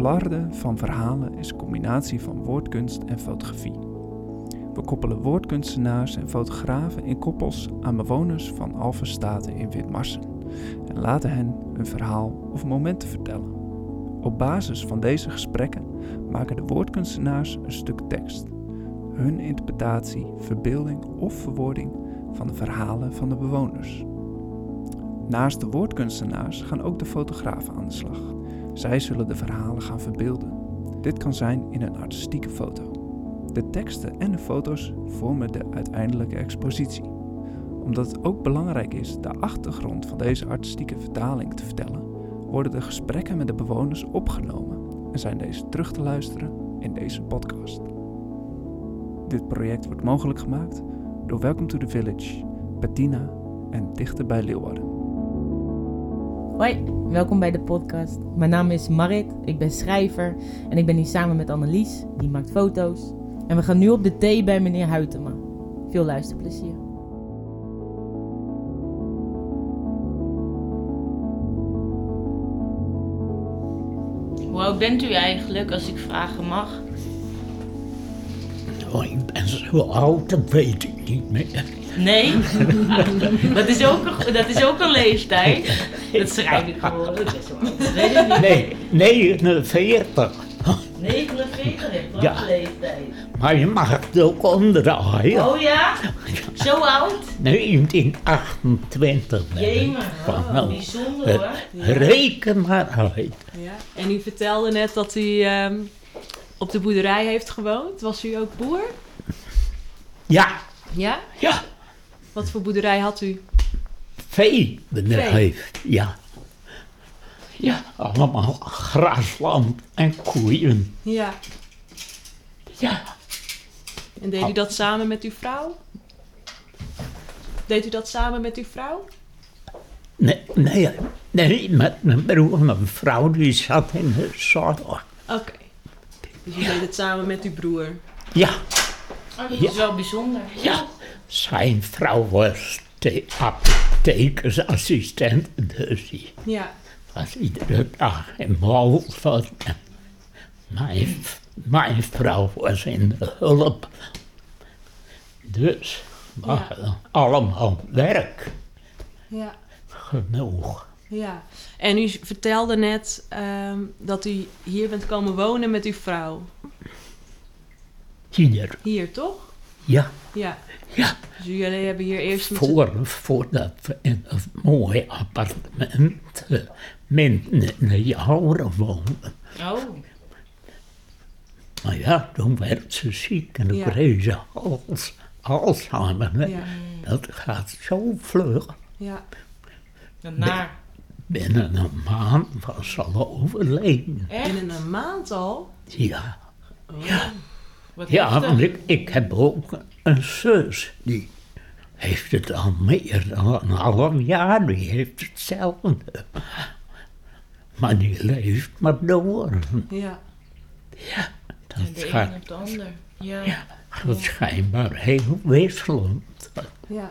flarden van verhalen is een combinatie van woordkunst en fotografie. We koppelen woordkunstenaars en fotografen in koppels aan bewoners van Alphenstaten in Witmarsen en laten hen een verhaal of momenten vertellen. Op basis van deze gesprekken maken de woordkunstenaars een stuk tekst. Hun interpretatie, verbeelding of verwoording van de verhalen van de bewoners. Naast de woordkunstenaars gaan ook de fotografen aan de slag. Zij zullen de verhalen gaan verbeelden. Dit kan zijn in een artistieke foto. De teksten en de foto's vormen de uiteindelijke expositie. Omdat het ook belangrijk is de achtergrond van deze artistieke vertaling te vertellen, worden de gesprekken met de bewoners opgenomen en zijn deze terug te luisteren in deze podcast. Dit project wordt mogelijk gemaakt door Welcome to the Village, Bettina en Dichter bij Leeuwarden. Hoi, welkom bij de podcast. Mijn naam is Marit, ik ben schrijver en ik ben hier samen met Annelies, die maakt foto's. En we gaan nu op de thee bij meneer Huytema. Veel luisterplezier. Hoe oud bent u eigenlijk, als ik vragen mag? Oh, ik ben zo oud, dat weet ik niet meer. Nee? dat is ook een leeftijd. Dat schrijf ik gewoon. Dat is zo oud. Weet ik niet. Nee, 49. 49 heeft wat Ja. leeftijd. Maar je mag het ook omdraaien. Oh ja? Zo oud? 1928 ben ik. Jemig, Nou, bijzonder hoor. Reken maar uit. Ja. En u vertelde net dat u op de boerderij heeft gewoond. Was u ook boer? Ja, Ja? ja. Wat voor boerderij had u? Veebedrijf, ja. Ja, allemaal grasland en koeien. Ja. Ja, En deed u dat samen met uw vrouw? Deed u dat samen met uw vrouw? nee, met mijn broer en mijn vrouw, die zat in de zorg. Oké. Dus u deed het samen met uw broer? Ja, Oh, dat is wel bijzonder. ja. Zijn vrouw was apothekersassistent, dus die Ja. was iedere dag in Malvoort. Mijn vrouw was in de hulp. Dus we hadden allemaal werk Ja. genoeg. Ja. En u vertelde net dat u hier bent komen wonen met uw vrouw. Hier, Hier, toch? ja, Ja. ja. Dus jullie hebben hier eerst... Voordat we in een mooi appartement midden in de jaren woonden. Oh, Maar ja, toen werd ze ziek en dan Ja. kreeg ze Alzheimer. Hè. Ja. Dat gaat zo vlug. Ja. naar. Binnen een maand was ze al overleden. Echt? Binnen een maand al? Ja, Wat ja, heftig. want ik heb ook een zus, die heeft het al meer dan een half jaar, die heeft hetzelfde. Maar die leeft maar door. Ja. Dat En de gaat, een op de ander. Ja. ja, gaat schijnbaar heel wisselend. Ja.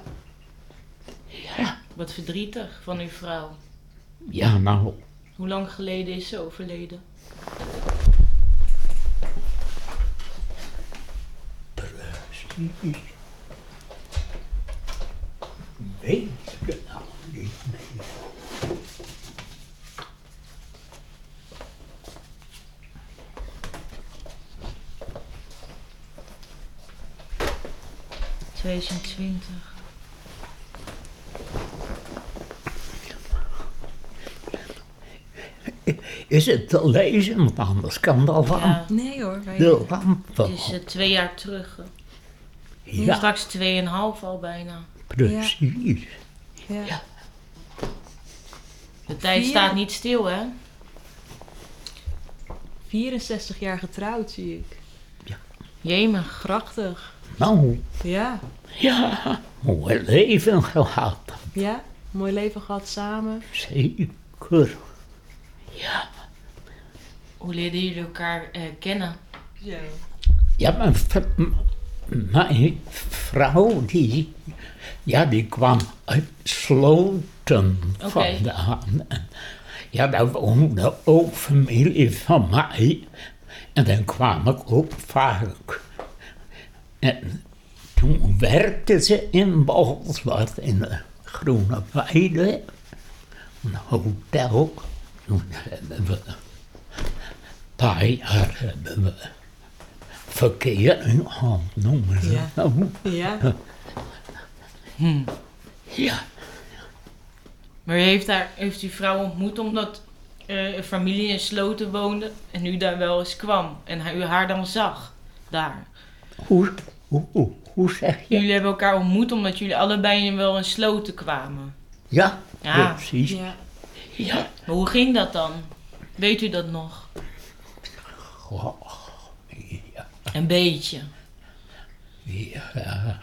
Wat verdrietig van uw vrouw. Ja, nou, Hoe lang geleden is ze overleden? precies. Weet ik het nou niet meer. ...2020. Is het te lezen? Want anders kan de lamp, Ja, Nee hoor. de lamp wel. het is 2 jaar terug. Ja, Straks 2,5 al bijna. precies. Ja. De tijd Vier? staat niet stil, hè? 64 jaar getrouwd, zie ik. Jemig. Prachtig. Nou, Ja. ja, mooi leven gehad. Ja. Mooi leven gehad samen. Zeker. Ja, Hoe leerden jullie elkaar kennen? Zo. ja, mijn vrouw die kwam uit Sloten Oké. vandaan. En Ja, daar woonde ook familie van mij. En dan kwam ik ook vaak. En toen werkte ze in Bolsward in de Groene Weide. Een hotel. Toen hebben we een paar jaar verkering gehad, noemen ze Ja. dat. Ja. Ja. Maar heeft u vrouw ontmoet omdat een familie in Sloten woonde en u daar wel eens kwam en u haar dan zag daar? Hoe zeg je? Jullie hebben elkaar ontmoet omdat jullie allebei wel in Sloten kwamen. Ja, Ja. precies. Ja. Ja. Maar hoe ging dat dan? Weet u dat nog? Goh, ja. Een beetje. Ja.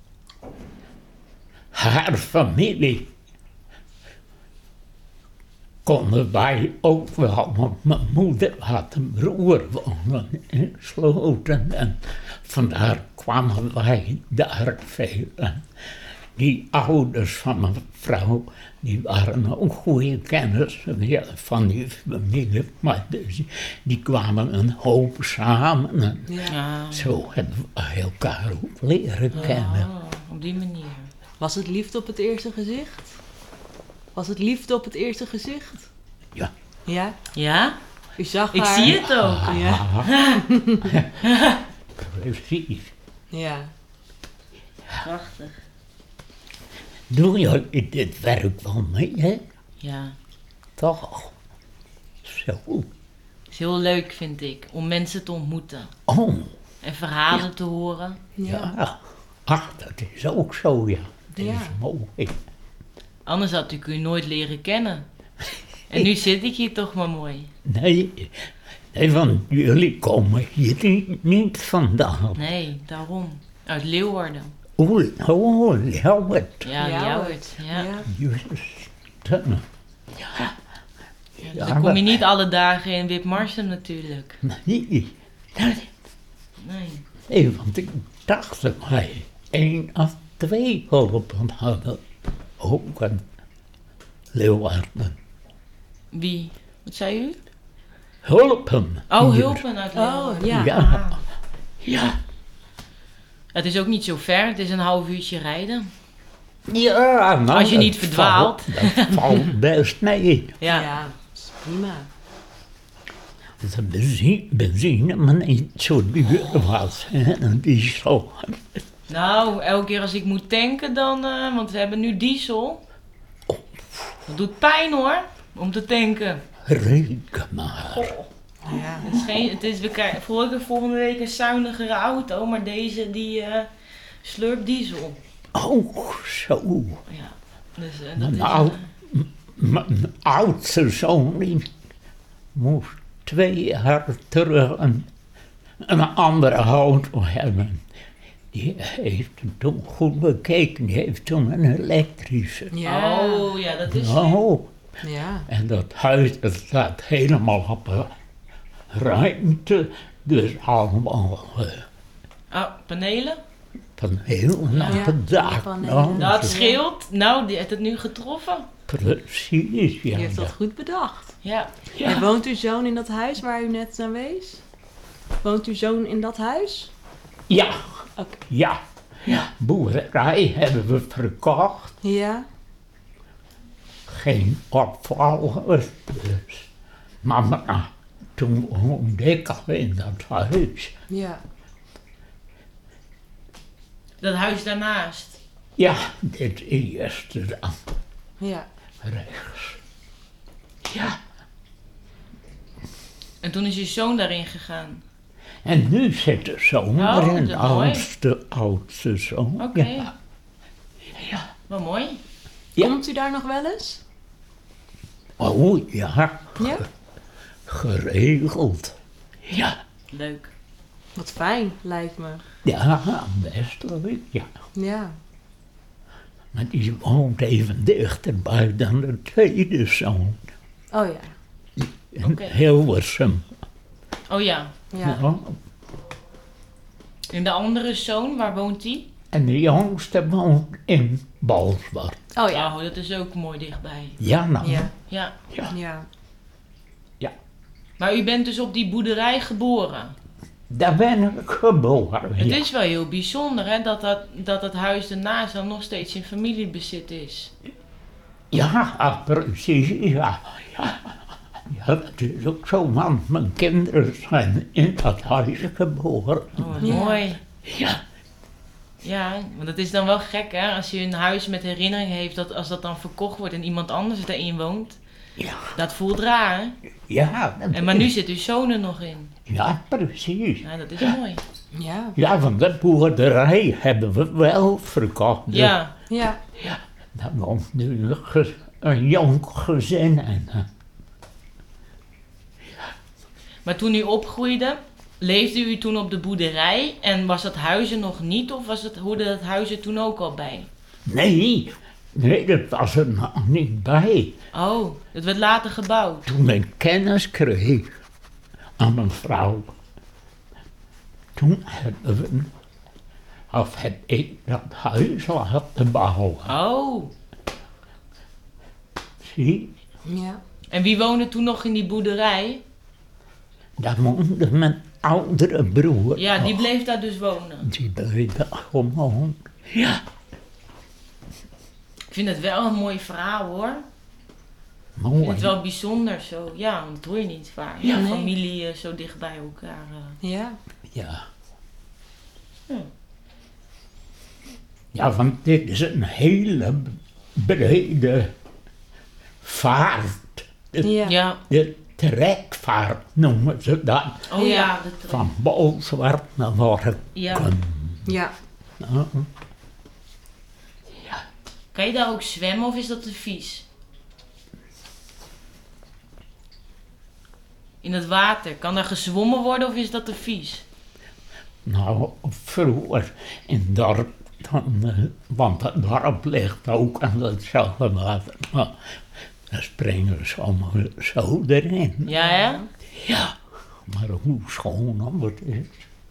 Haar familie konden wij ook wel, want mijn moeder had een broer wonen in Sloten en vandaar kwamen wij daar veel. En die ouders van mijn vrouw, die waren ook goede kennissen van die familie, maar dus die kwamen een hoop samen en Ja. zo hebben we elkaar ook leren kennen. Oh, op die manier. Was het liefde op het eerste gezicht? Was het liefde op het eerste gezicht? Ja. Ja? Ja? U zag Ik haar? zie het ook. Ja. Precies. Ja. Prachtig. Doe je dit werk wel mee, hè? Ja. Toch? Zo. Het is heel leuk, vind ik, om mensen te ontmoeten Oh, en verhalen te horen. ja. Ach, dat is ook zo, ja. Dat Ja. is mooi. Anders had ik u nooit leren kennen. En nu zit ik hier toch maar mooi. Nee, want jullie komen hier niet vandaan. Nee, daarom. Uit Leeuwarden. Ljouwert. Ja, Ljouwert. Ljouwert. Ja. Ja. Juist. Dus dan kom je niet alle dagen in Witmarsum natuurlijk. Nee, Nee. nee, want ik dacht dat wij 1 of 2 hulpen hadden. Ook in Leeuwarden. Wie? Wat zei u? Hulpen. Oh, hier. hulpen uit Leeuwarden. Oh, ja. Ja. Ja. Het is ook niet zo ver. Het is een half uurtje rijden. Ja, nou, Als je niet dat verdwaalt. Dat valt best mee. Ja. Ja. Dat is prima. Dat de benzine maar niet zo duur was. Hè? En diesel. Nou, elke keer als ik moet tanken dan... want we hebben nu diesel. Dat doet pijn hoor, om te tanken. Reken maar. Ja. We krijgen volgende week een zuinigere auto, maar deze die slurpt diesel. Oh, zo. Ja, dus dat Nou, is... mijn oudste zoon die moest 2 jaar terug een andere auto hebben. Die heeft het toen goed bekeken. Die heeft toen een elektrische. Ja. Oh ja, dat is... Nou, Ja. en dat huis dat staat helemaal op ruimte. Dus allemaal panelen? panelen op Ja, het dak. panelen. Nou, Dat zo. scheelt. Nou, die heeft het nu getroffen. Precies, U ja. heeft dat goed bedacht. Ja. En woont uw zoon in dat huis waar u net aan wees? Woont uw zoon in dat huis? Ja, Oké. ja. Ja. Boerderij hebben we verkocht. Ja. Geen opvallers. Dus. Maar toen woonde ik al in dat huis. Ja. Dat huis daarnaast. Ja, dit eerste dan. Ja. Rechts. Ja. En toen is je zoon daarin gegaan. En nu zit de zoon Oh, erin, dat is mooi. oudste zoon. Oké. Ja. Ja. Wat mooi. Ja. Komt u daar nog wel eens? Oh ja, Ja. geregeld. Ja. Leuk. Wat fijn, lijkt me. Ja, best leuk, ja. Ja. Maar die woont even dichterbij dan de tweede zoon. Oh ja. In Oké. Hilversum. Oh ja. Ja. Nou, En de andere zoon, waar woont die? En de jongste woont in Balswart. Oh ja. Oh, dat is ook mooi dichtbij. Ja, nou. Ja. Ja. Ja. Maar u bent dus op die boerderij geboren. Daar ben ik geboren. Het Ja. is wel heel bijzonder hè, dat het huis ernaast dan nog steeds in familiebezit is. Ja, precies. Ja. Ja, dat is ook zo, want mijn kinderen zijn in dat huis geboren. Oh, wat Ja. mooi. Ja, Ja, want het is dan wel gek hè, als je een huis met herinnering heeft, dat als dat dan verkocht wordt en iemand anders erin woont. ja, Dat voelt raar hè. ja. Maar nu zit uw zoon er nog in. Ja, precies. Ja, dat is mooi. Ja. Ja, van de boerderij hebben we wel verkocht. Dus Ja, Ja. daar woont nu een jong gezin in. maar toen u opgroeide, leefde u toen op de boerderij en was dat huis er nog niet of hoorde dat huis er toen ook al bij? Nee, dat was er nog niet bij. Oh, het werd later gebouwd. Toen ik kennis kreeg aan mijn vrouw, toen heb ik dat huis laten bouwen. Oh, Zie, Ja. en wie woonde toen nog in die boerderij? daar woonde mijn oudere broer. Ja, die nog. bleef daar dus wonen. Die bleef daar gewoon. Ja, Ik vind het wel een mooi verhaal hoor. Ik vind mooi. het wel bijzonder zo. Ja, want dat hoor je niet vaak. Ja, Ja, nee. familie zo dicht bij elkaar. Ja. Ja. Hm. Ja, want dit is een hele brede vaart. Ja. Ja. De trekvaart noemen ze dat. Oh ja, Ja. Van Balswart naar Workum. Ja. Ja. Nou, Kan je daar ook zwemmen of is dat te vies? In het water, kan daar gezwommen worden of is dat te vies? nou, vroeger in het dorp, want het dorp ligt ook aan hetzelfde water. Nou, dan springen ze allemaal zo erin. Ja hè? Ja, maar hoe schoon het is.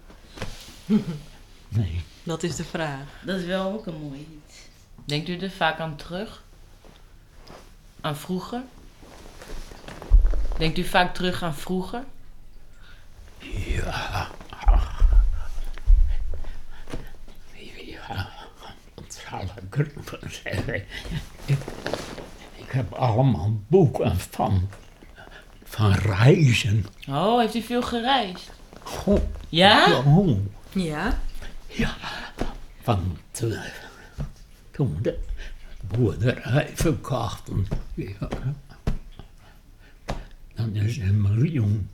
Nee. Dat is de vraag. Dat is wel ook een mooi iets. Denkt u er vaak aan terug? Aan vroeger? Denkt u vaak terug aan vroeger? Ja. Ja, wat zal ik ervan zeggen? Ik heb allemaal boeken van reizen. Oh, heeft u veel gereisd? Goh, Ja? oh, Ja. van toen de boerderij verkochten. Ja. Dan is 1 miljoen.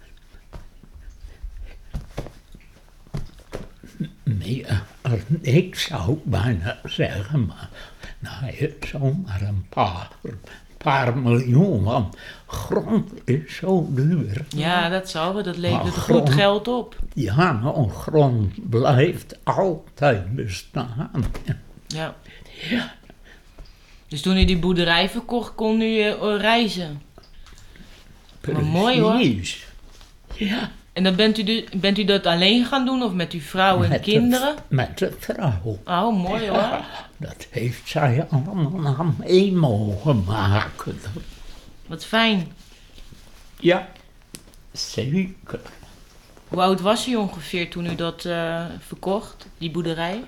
Meer, ik zou bijna zeggen, maar nou, zomaar een paar miljoen, want grond is zo duur. Ja, dat zal wel. Dat levert Maar goed grond- geld op. Ja, nou, grond blijft altijd bestaan. Ja. Dus toen u die boerderij verkocht, kon u reizen. Maar mooi, hoor. Precies. Ja, En dan bent u dat alleen gaan doen of met uw vrouw en met kinderen? met de vrouw. Oh, mooi hoor. Dat heeft zij allemaal mee mogen maken. Wat fijn. Ja, zeker. Hoe oud was u ongeveer toen u dat verkocht, die boerderij?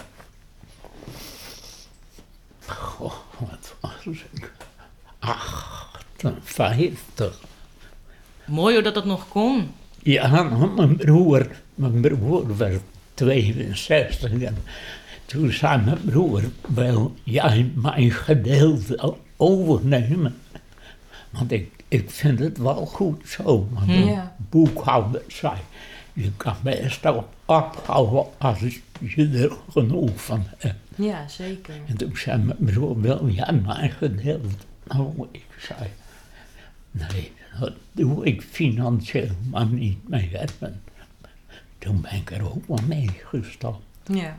Goh, wat was ik? 58. Mooi hoor dat dat nog kon. Ja, nou, mijn broer werd 62 en toen zei mijn broer, wil jij mijn gedeelte overnemen? Want ik vind het wel goed zo, maar de Ja. boekhouder zei, je kan best wel ophouden als je er genoeg van hebt. Ja, zeker. En toen zei mijn broer, wil jij mijn gedeelte? Nou, ik zei, nee, dat doe ik financieel maar niet meer. En toen ben ik er ook wel mee gestapt. Ja.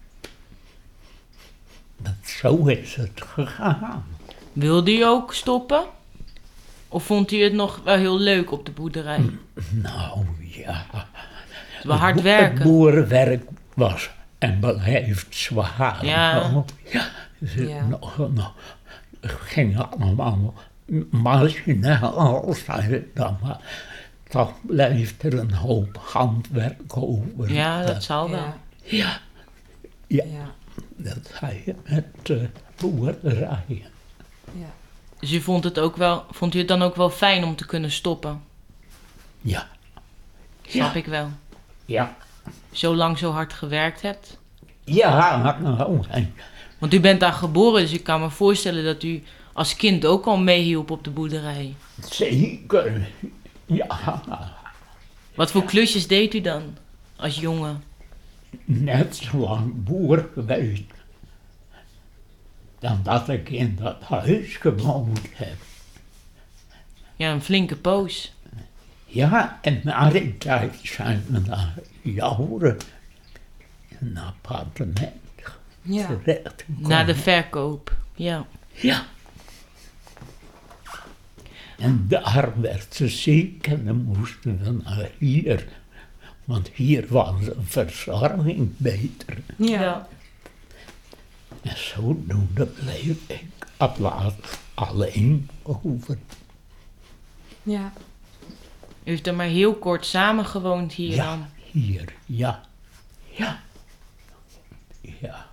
Zo is het gegaan. Wilde u ook stoppen? Of vond u het nog wel heel leuk op de boerderij? Nou ja, Het was hard het werken. boerenwerk was en beleefd zwaar. Ja. Ja. Nog, ging allemaal machinaal, zei ik dan, maar toch blijft er een hoop handwerk over. Ja, dat zal wel. Ja. Ja, Ja. dat ga je met boerderijen. Ja. Dus vond u het dan ook wel fijn om te kunnen stoppen? Ja, Snap ik wel. ja. Zo lang zo hard gewerkt hebt. Ja, nou, Want u bent daar geboren, dus ik kan me voorstellen dat u als kind ook al meehielp op de boerderij. zeker. Ja, Wat voor klusjes deed u dan als jongen? net zo lang boer geweest. Dan dat ik in dat huis gewoond heb. Ja, een flinke poos. Ja, en na die tijd zijn we naar Jouren, een appartement, Ja. terechtgekomen. Na de verkoop. Ja. Ja. En daar werd ze ziek en dan moesten we naar hier. Want hier was de verzorging beter. Ja. En zodoende bleef ik op laatst alleen over. Ja. U heeft er maar heel kort samengewoond hier Ja, dan. hier, ja. Ja. Ja.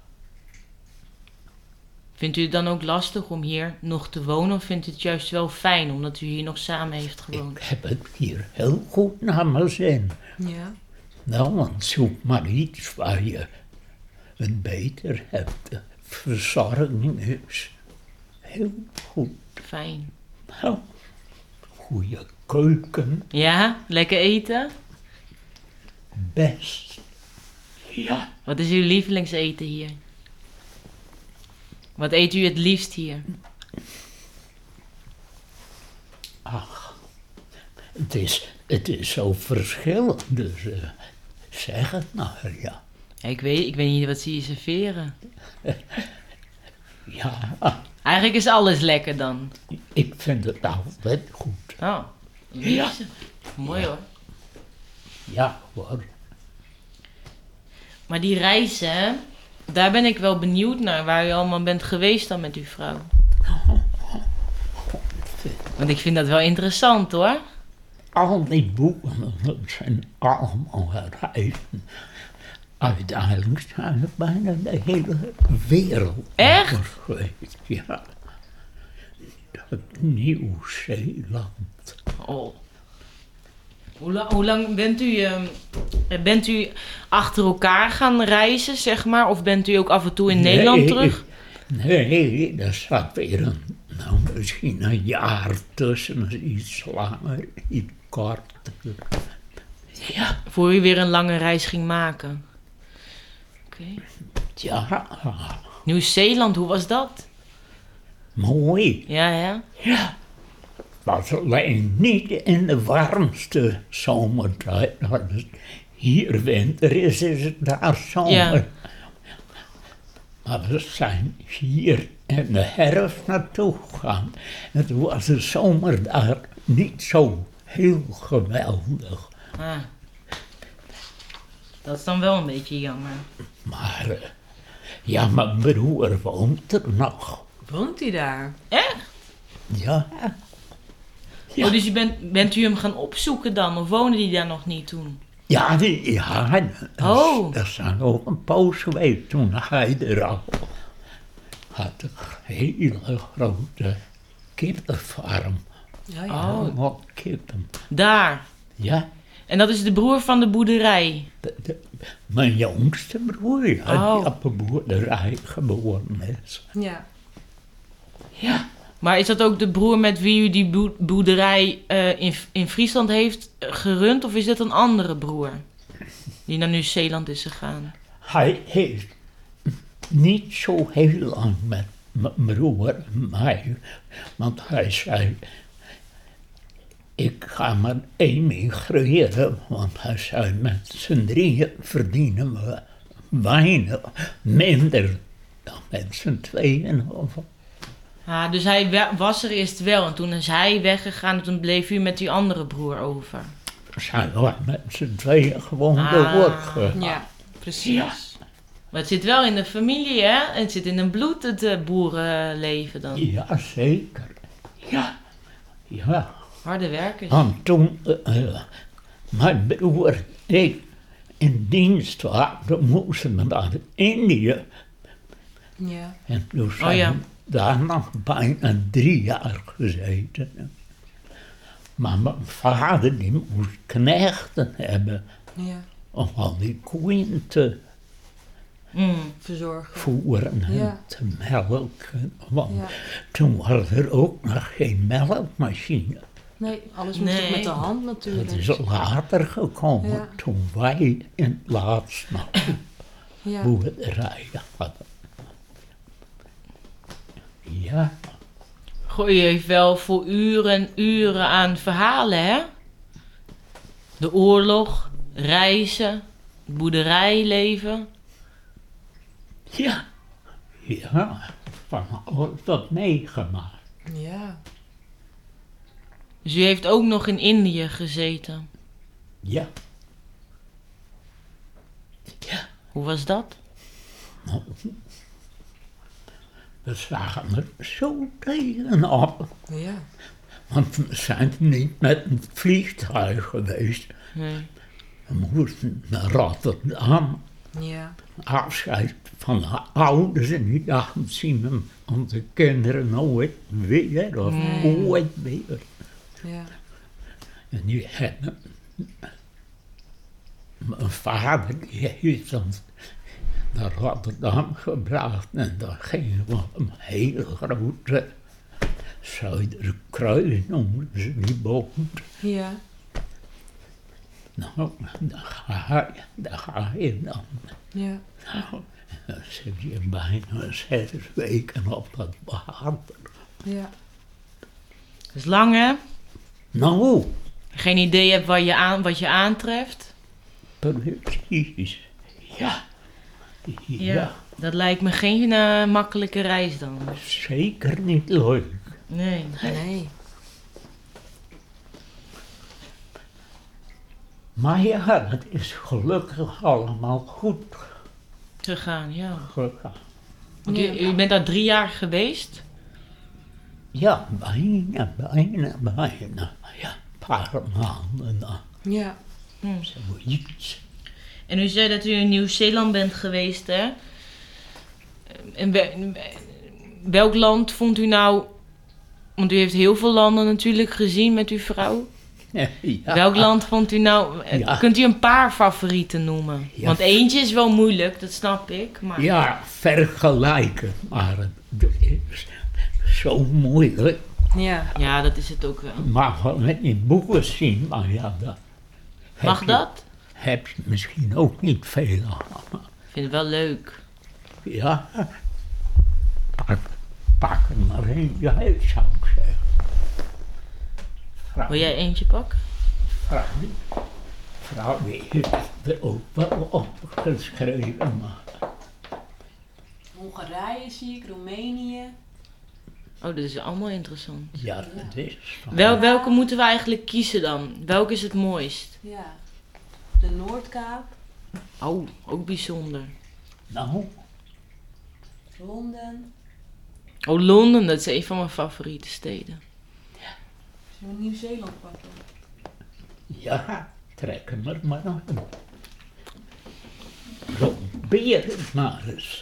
Vindt u het dan ook lastig om hier nog te wonen? Of vindt u het juist wel fijn omdat u hier nog samen heeft gewoond? Ik heb het hier heel goed naar mijn zin. Ja. Nou, want zoek maar iets waar je het beter hebt. De verzorging is heel goed. Fijn. Nou, goede keuken, Ja, lekker eten? best. Ja, Wat is uw lievelingseten hier? Wat eet u het liefst hier? het is zo verschillend, dus zeg het maar, ja. Ja, ik weet niet wat ze hier serveren. Ja, Eigenlijk is alles lekker dan. ik vind het altijd goed. Oh, liefste. Mooi hoor. Ja hoor. Maar die reizen, hè, daar ben ik wel benieuwd naar, waar u allemaal bent geweest dan met uw vrouw. Want ik vind dat wel interessant hoor. Al die boeken, dat zijn allemaal reizen. Uiteindelijk zijn we bijna de hele wereld Echt? over geweest. Ja. Dat Nieuw-Zeeland. Oh. Hoe lang bent u achter elkaar gaan reizen, zeg maar? Of bent u ook af en toe in Nederland terug? Nee, er zat weer misschien een jaar tussen, iets langer, iets korter. Ja, Voor u weer een lange reis ging maken. Oké. ja, Nieuw-Zeeland, hoe was dat? mooi. Ja, ja. Ja, was alleen niet in de warmste zomertijd. Als hier winter is het daar zomer. Ja. Maar we zijn hier in de herfst naartoe gegaan. En toen was de zomer daar niet zo heel geweldig. Ah. Dat is dan wel een beetje jammer. Maar ja, mijn broer woont er nog. Woont hij daar? Echt? Ja, Ja. Oh, dus bent u hem gaan opzoeken dan? Of woonde die daar nog niet toen? ja, Oh. dat zijn ook een poos geweest toen hij er al had. Een hele grote kippenfarm. Ja, ja. Oh. Allemaal kippen. Daar. Ja, En dat is de broer van de boerderij. mijn jongste broer, ja, Oh. die op een boerderij geboren is. Ja. Ja, Maar is dat ook de broer met wie u die boerderij in Friesland heeft gerund? Of is dat een andere broer? Die naar Nieuw-Zeeland is gegaan. hij heeft niet zo heel lang met mijn broer en mij, want hij zei, ik ga maar emigreren, want hij zei, met z'n drieën verdienen we weinig, minder dan met z'n tweeën. Ah, dus hij was er eerst wel en toen is hij weggegaan en toen bleef u met die andere broer over. Zijn we met z'n tweeën gewoon Ah. doorgegaan. Ja, precies. Ja. Maar het zit wel in de familie, hè? En het zit in het bloed, het boerenleven dan. Ja, zeker. Ja. Ja. Harde werkers. Want toen mijn broer en ik in dienst waren, moesten we naar Indië. Ja. En toen Oh, ja. zijn we daar nog bijna 3 jaar gezeten. Maar mijn vader die moest knechten hebben Ja. om al die koeien te Verzorgen. voeren en Ja. te melken. Want Ja. toen was er ook nog geen melkmachine. Nee, alles moet ook met de hand natuurlijk. Dat is later gekomen, Ja. toen wij in het laatst nog Ja. boerderijen hadden. Ja, Gooi je heeft wel voor uren en uren aan verhalen, hè? De oorlog, reizen, boerderijleven. ja, ja, van alles dat meegemaakt. Ja. Dus u heeft ook nog in Indië gezeten. Ja, Hoe was dat? nou, we zagen er zo tegenop. Ja. Want we zijn niet met een vliegtuig geweest. Nee. We moesten naar Rotterdam. Ja. Afscheid van de ouders en die dachten zien we onze kinderen nooit weer of ooit weer. Ja. En die hebben, mijn vader die heeft ons naar Rotterdam gebracht en daar gingen we op een hele grote Zuiderkruis noemen ze die boom. Ja. Nou, daar ga je dan. Ja. Nou, dan zit je bijna 6 weken op dat water. Ja. Dat is lang, hè? Nou, Geen idee hebt wat je aantreft. precies. Ja. Ja, Dat lijkt me geen makkelijke reis dan. zeker niet leuk. Nee. Nee. Maar ja, het is gelukkig allemaal goed Gegaan, ja. gegaan. Want Ja. u bent daar 3 jaar geweest? Ja, bijna. Ja, een paar maanden dan. Ja. Zoiets. En u zei dat u in Nieuw-Zeeland bent geweest, hè? En welk land vond u nou... Want u heeft heel veel landen natuurlijk gezien met uw vrouw. Ja. Welk land vond u nou... Ja. Kunt u een paar favorieten noemen? Ja. Want eentje is wel moeilijk, dat snap ik. Maar... Ja, vergelijken, maar het is zo moeilijk. Ja. Ja, dat is het ook wel. Maar wel met die boeken zien, maar ja, dat Mag heb je- dat? heb je misschien ook niet veel aan. Ik vind het wel leuk. Ja, pak er maar eentje uit, zou ik zeggen. Wil jij eentje pakken? Vrouw die heeft er ook wel opgeschreven, maar Hongarije zie ik, Roemenië. Oh, dat is allemaal interessant. ja, dat is van... Welke moeten we eigenlijk kiezen dan? Welke is het mooist? Ja. De Noordkaap, Oh, ook bijzonder. Nou, Londen. Oh, Londen, dat is een van mijn favoriete steden. Zullen we Nieuw-Zeeland pakken? ja, trek hem er maar aan. Probeer het maar eens.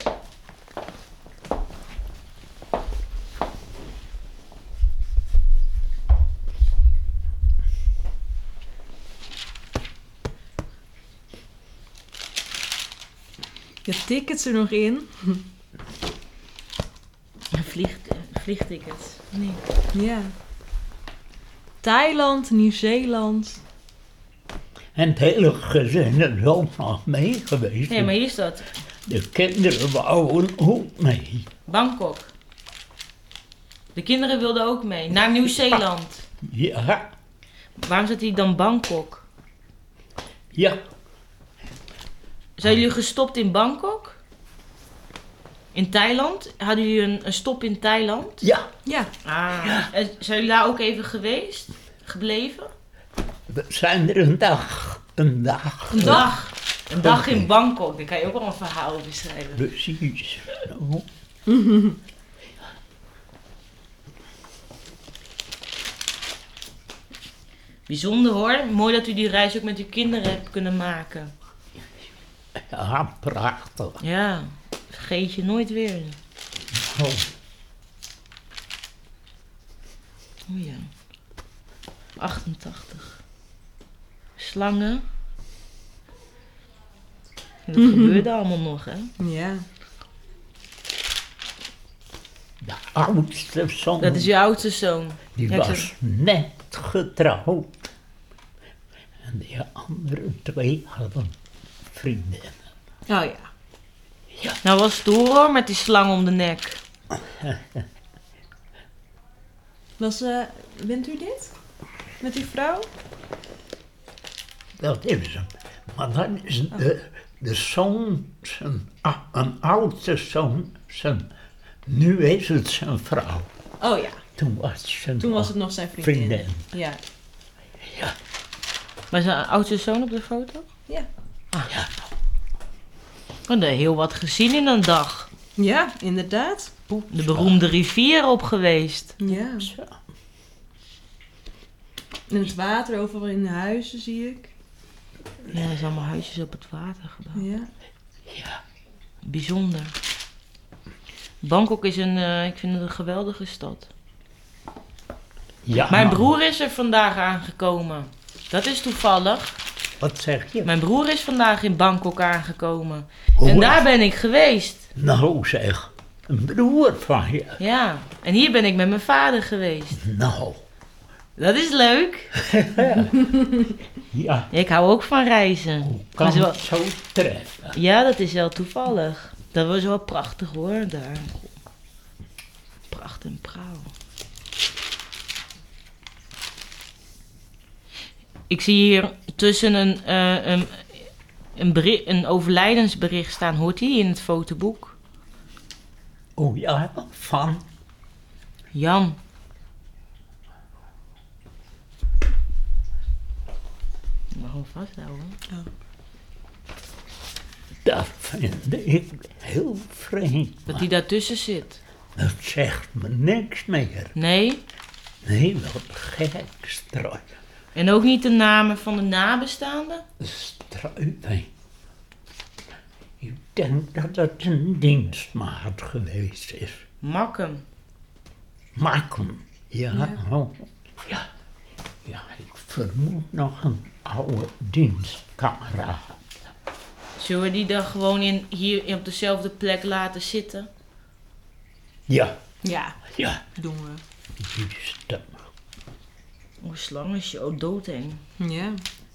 Je tickets er nog in? Vliegtickets. Nee. Ja. Thailand, Nieuw-Zeeland. En het hele gezin is ook nog mee geweest. Nee, maar hier staat De kinderen wouden ook mee. Bangkok. De kinderen wilden ook mee. Naar Nieuw-Zeeland. Ja, Waarom zat hij dan Bangkok? ja, Zijn jullie gestopt in Bangkok? In Thailand? Hadden jullie een stop in Thailand? ja. Ja. Ah. En zijn jullie daar ook even gebleven? We zijn er een dag. Een dag. Een dag in Bangkok, daar kan je ook wel een verhaal over schrijven. Precies. Nou, Bijzonder hoor. Mooi dat u die reis ook met uw kinderen hebt kunnen maken. ja, prachtig. Ja, vergeet je nooit weer. Oh, Oh ja. 88. Slangen. Dat gebeurde allemaal nog, hè? Ja. de oudste zoon, Dat is je oudste zoon. die Ja, was net getrouwd. En die andere 2 hadden vriendinnen. Oh ja. Nou was stoer hoor, met die slang om de nek. Bent u dit? Met uw vrouw? Dat is hem. Maar dan is de zoon, een oudste zoon, nu is het zijn vrouw. Oh ja. Toen was het nog zijn vriendin. Ja. Maar zijn oudste zoon op de foto? Ja. Ja, We hebben heel wat gezien in een dag. Ja, inderdaad. De beroemde rivier op geweest. Ja. zo. En het water overal in de huizen zie ik. Ja, er zijn allemaal huisjes op het water gebouwd. Ja. Ja. Bijzonder. Bangkok is ik vind het een geweldige stad. Ja, Mijn broer is er vandaag aangekomen. Dat is toevallig. Wat zeg je? Mijn broer is vandaag in Bangkok aangekomen. Hoe- En daar ben ik geweest. Nou zeg, een broer van je. Ja. En hier ben ik met mijn vader geweest. Nou, Dat is leuk. ja, Ik hou ook van reizen. hoe Maar kan zo- het zo treffen? Ja, dat is wel toevallig. Dat was wel prachtig hoor, daar. Pracht en praal. Ik zie hier tussen een overlijdensbericht staan. Hoort die in het fotoboek? Oh ja, van? Jan. Ik mag hem vasthouden. Dat vind ik heel vreemd. Dat die daartussen zit. Dat zegt me niks meer. Nee. Nee, wat gek, Struik. En ook niet de namen van de nabestaanden? Struik. Ik denk dat het een dienstmaat geweest is. Makkem. Makkum. Ja, Ja. oh, ja. Ja, ik vermoed nog een oude dienstkameraad. Zullen we die dan gewoon hier op dezelfde plek laten zitten? Ja, Ja, ja, doen we. die stem. Oh, slang is je ook doodeng. Ja.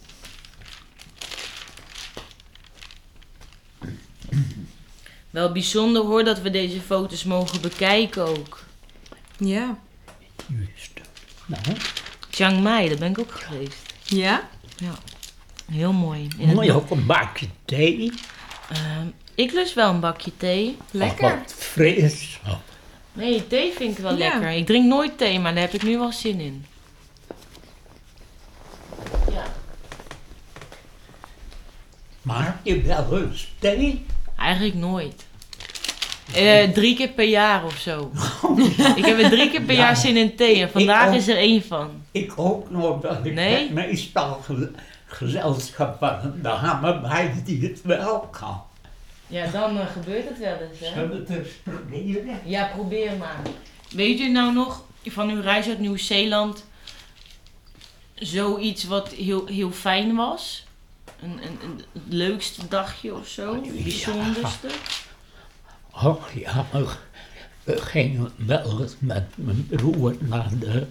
Wel bijzonder hoor dat we deze foto's mogen bekijken ook. Ja. Juist. Nou, Chiang Mai, daar ben ik ook geweest. Ja? Ja, heel mooi. In het mooi ook een bakje thee. Ik lust wel een bakje thee. Lekker. Oh, wat fris. Oh, Nee, thee vind ik wel Ja. lekker. Ik drink nooit thee, maar daar heb ik nu wel zin in. Ja. maak je wel eens thee? Eigenlijk nooit. 3 keer per jaar of zo. Ik heb er 3 keer per Ja. jaar zin in thee en vandaag ook. is er 1 van. Ik ook nog wel. Ik Nee? heb meestal gezelschap van een dame bij die het wel kan. Ja, dan gebeurt het wel eens, hè? Zullen we het eens proberen? Ja, probeer maar. Weet u nou nog van uw reis uit Nieuw-Zeeland zoiets wat heel fijn was? Het leukste dagje of zo? Het Ja. bijzonderste? Och ja, we gingen wel eens met mijn broer naar de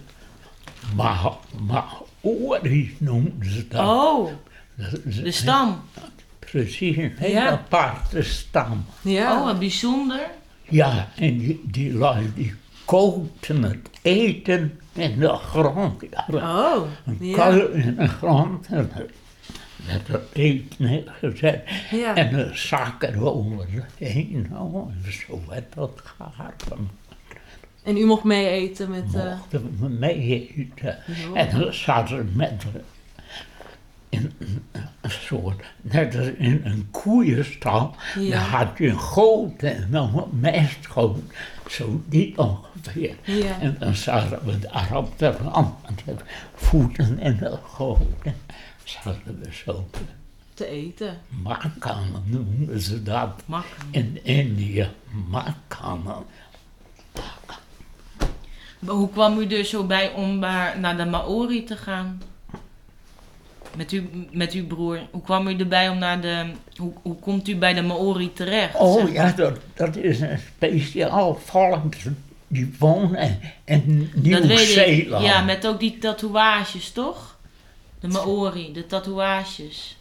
Maoris noemden ze dat. Oh, Dat is de stam. Precies, een hele Ja. aparte stam. Ja. Oh, wat bijzonder. Ja, en die lui die kookten het eten in de grond. Ja, Oh. een Ja. kuil in de grond en er werd er eten neergezet Ja. en een zak eroverheen. Oh, en zo werd dat geharpen. En u mocht mee eten met... Mochten we mee eten. Ja. En dan zaten we met een soort, net als in een koeienstal, Ja. daar had je een goot en dan een mestgoot, zo die ongeveer. Ja. En dan zaten we daar op de rand, met de voeten in de goot. En zaten we zo Te eten. makkanen noemden ze dat Makkelijk. in Indië, makkanen. Hoe kwam u er zo bij om naar de Maori te gaan? Met uw broer. Hoe kwam u erbij om naar de... Hoe komt u bij de Maori terecht? Oh zeg ja, maar? dat is een speciaal volk, die wonen in Dat weet ik. Nieuw-Zeeland. Ja, met ook die tatoeages, toch? De Maori, de tatoeages.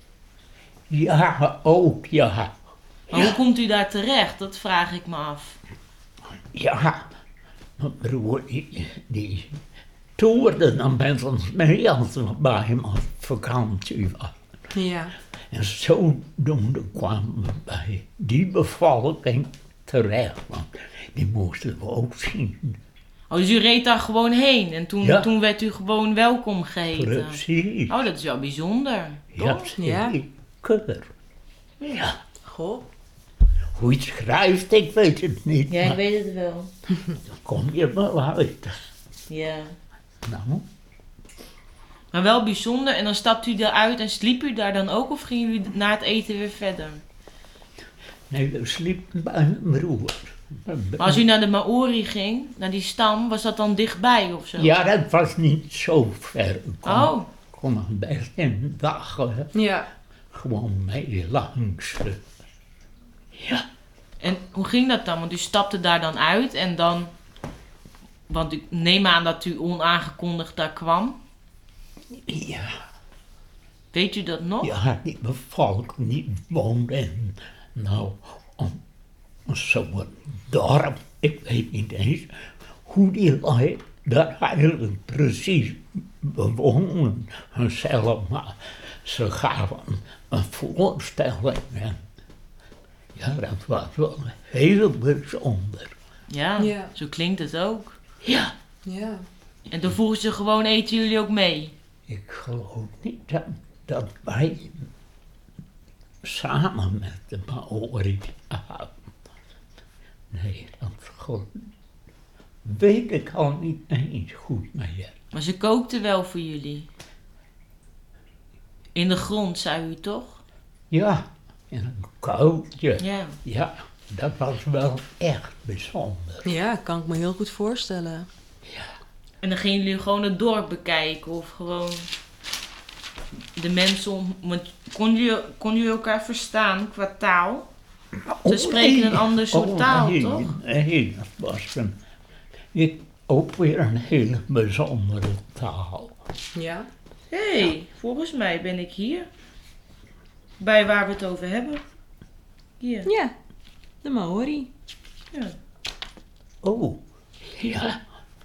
Ja, ook, ja. Maar hoe komt u daar terecht? Dat vraag ik me af. Ja, mijn broer die toerde dan met ons mee als we bij hem op vakantie waren. Ja. En zodoende kwamen we bij die bevolking terecht, want die moesten we ook zien. Oh, dus u reed daar gewoon heen en toen, Ja. toen werd u gewoon welkom geheten. Precies. Oh, dat is wel bijzonder. Ja, Ja. zeker. Ja, Goh. hoe je het schrijft, ik weet het niet. Ja, ik maar weet het wel. dan kom je wel uit. Ja. Nou, Maar wel bijzonder. En dan stapt u eruit en sliep u daar dan ook? Of gingen u na het eten weer verder? nee, we sliepen bij mijn broer. Maar als u naar de Maori ging, naar die stam, was dat dan dichtbij of zo? Ja, dat was niet zo ver. Ik Oh, kon er best een dag Ja. gewoon mee langs. Ja, en hoe ging dat dan? Want u stapte daar dan uit en dan... Want ik neem aan dat u onaangekondigd daar kwam. ja, Weet u dat nog? ja, die bevolking die woonde in, nou, een soort dorp. Ik weet niet eens hoe die lui daar eigenlijk precies bewonen hunzelf, maar ze gaven een voorstelling. En ja, dat was wel heel bijzonder. Ja, Ja. zo klinkt het ook. Ja, Ja. En toen vroegen ze gewoon, eten jullie ook mee? ik geloof niet dat wij samen met de Maori hadden. Nee, weet ik al niet eens goed meer. Maar ze kookte wel voor jullie. In de grond, zei u toch? Ja, in een koudje. Ja. Ja, dat was wel echt bijzonder. Ja, kan ik me heel goed voorstellen. En dan gingen jullie gewoon het dorp bekijken of gewoon de mensen om... Want kon jullie elkaar verstaan qua taal? Ze spreken een ander soort taal, nee, toch? Nee, dat was ook weer een hele bijzondere taal. Ja. Hé, volgens mij ben ik hier. Bij waar we het over hebben. Hier. Ja. De Maori. Ja. Oh, ja.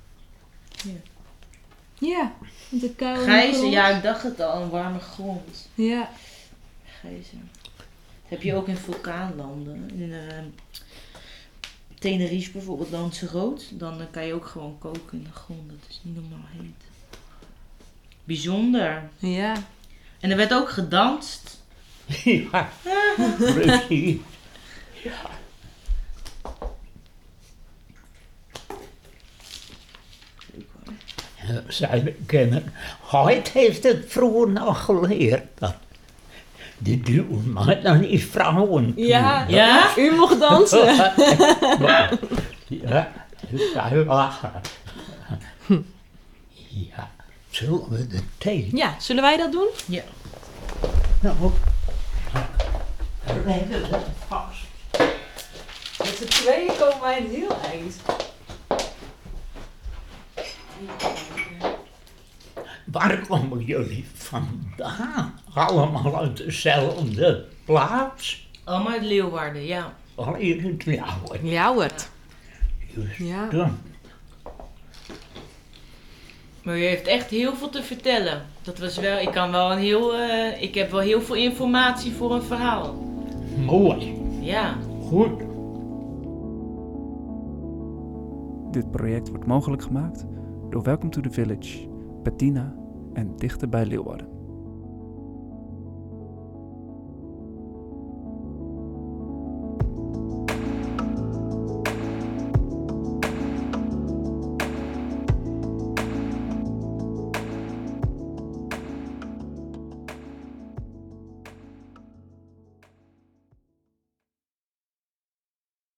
Ja. Met de koude Gijzen, grond. ja, ik dacht het al, een warme grond. Ja. Gijzen. Dat heb je ook in vulkaanlanden. In Tenerife bijvoorbeeld, Lanzarote. Dan kan je ook gewoon koken in de grond. Dat is niet normaal heet. Bijzonder. Ja. En er werd ook gedanst. Ja, precies. Zij kennen. Hoyt heeft het vroeger nog geleerd. Dat die duwen maar dan die vrouwen toe. Ja. Ja? U mocht dansen. Ja, zij lachen. Ja, zullen we de thee? Ja, zullen wij dat doen? Ja. Nou, leggen we het vast. Met z'n tweeën komen wij een heel eind. Waar komen jullie vandaan? Allemaal uit dezelfde plaats? Allemaal uit Leeuwarden, ja. Al in het Ljouwer. Ljouwert. Juist Ja. dan. Maar u heeft echt heel veel te vertellen. Dat was wel, ik heb wel heel veel informatie voor een verhaal. Mooi. Ja. Goed. Dit project wordt mogelijk gemaakt door Welcome to the Village, Bettina en Dichter bij Leeuwarden.